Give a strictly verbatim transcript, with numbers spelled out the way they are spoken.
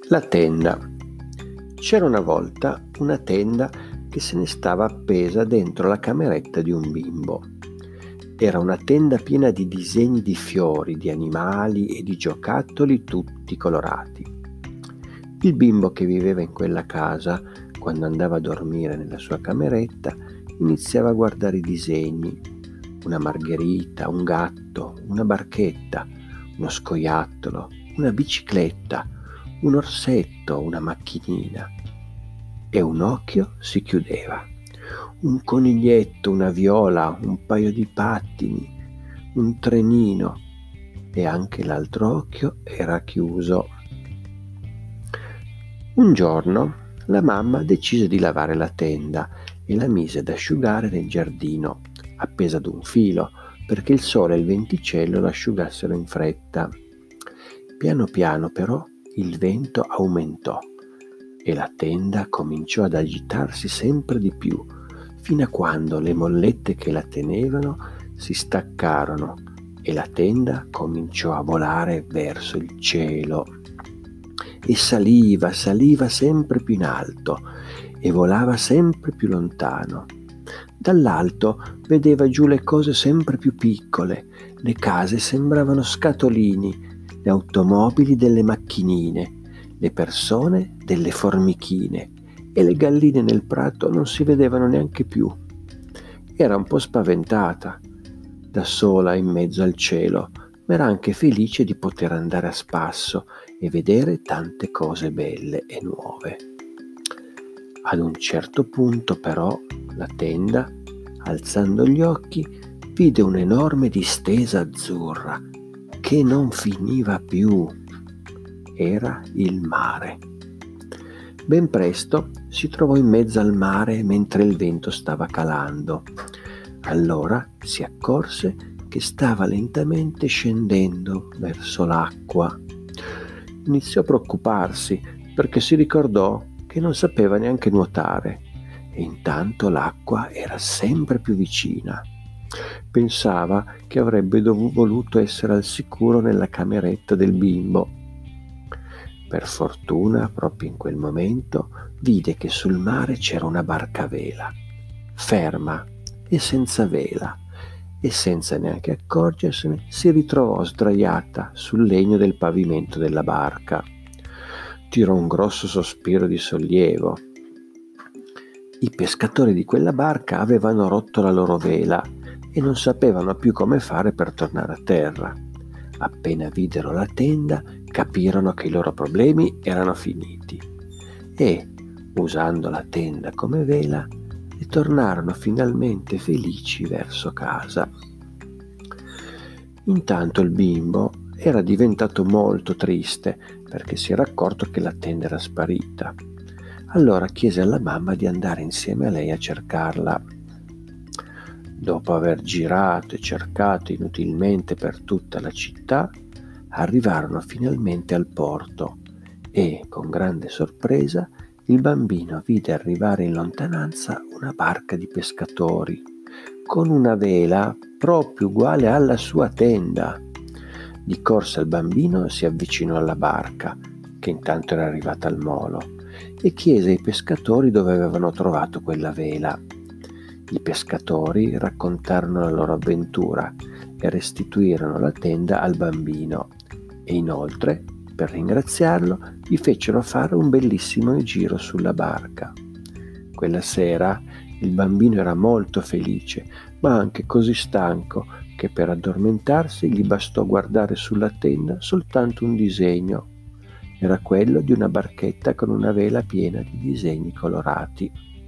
La tenda. C'era una volta una tenda che se ne stava appesa dentro la cameretta di un bimbo. Era una tenda piena di disegni di fiori, di animali e di giocattoli tutti colorati. Il bimbo che viveva in quella casa, quando andava a dormire nella sua cameretta, iniziava a guardare i disegni: una margherita, un gatto, una barchetta, uno scoiattolo, una bicicletta, un orsetto, una macchinina. E un occhio si chiudeva. Un coniglietto, una viola, un paio di pattini, un trenino, e anche l'altro occhio era chiuso. Un giorno la mamma decise di lavare la tenda e la mise ad asciugare nel giardino, appesa ad un filo, perché il sole e il venticello l'asciugassero in fretta. Piano piano però il vento aumentò e la tenda cominciò ad agitarsi sempre di più, fino a quando le mollette che la tenevano si staccarono e la tenda cominciò a volare verso il cielo. E saliva, saliva sempre più in alto e volava sempre più lontano. Dall'alto vedeva giù le cose sempre più piccole, le case sembravano scatolini, le automobili delle macchinine, le persone delle formichine e le galline nel prato non si vedevano neanche più. Era un po' spaventata, da sola in mezzo al cielo, ma era anche felice di poter andare a spasso e vedere tante cose belle e nuove. Ad un certo punto però la tenda, alzando gli occhi, vide un'enorme distesa azzurra che non finiva più. Era il mare. Ben presto si trovò in mezzo al mare mentre il vento stava calando. Allora si accorse che stava lentamente scendendo verso l'acqua. Iniziò a preoccuparsi perché si ricordò che non sapeva neanche nuotare e intanto l'acqua era sempre più vicina. Pensava che avrebbe dov- voluto essere al sicuro nella cameretta del bimbo. Per fortuna, proprio in quel momento, vide che sul mare c'era una barca a vela, ferma e senza vela, e senza neanche accorgersene si ritrovò sdraiata sul legno del pavimento della barca. Tirò un grosso sospiro di sollievo. I pescatori di quella barca avevano rotto la loro vela e non sapevano più come fare per tornare a terra. Appena videro la tenda, capirono che i loro problemi erano finiti e, usando la tenda come vela, ritornarono finalmente felici verso casa. Intanto il bimbo era diventato molto triste perché si era accorto che la tenda era sparita. Allora chiese alla mamma di andare insieme a lei a cercarla. Dopo aver girato e cercato inutilmente per tutta la città, arrivarono finalmente al porto e, con grande sorpresa, il bambino vide arrivare in lontananza una barca di pescatori, con una vela proprio uguale alla sua tenda. Di corsa il bambino si avvicinò alla barca, che intanto era arrivata al molo, e chiese ai pescatori dove avevano trovato quella vela. I pescatori raccontarono la loro avventura e restituirono la tenda al bambino e inoltre, per ringraziarlo, gli fecero fare un bellissimo giro sulla barca. Quella sera il bambino era molto felice, ma anche così stanco che per addormentarsi gli bastò guardare sulla tenda soltanto un disegno. Era quello di una barchetta con una vela piena di disegni colorati.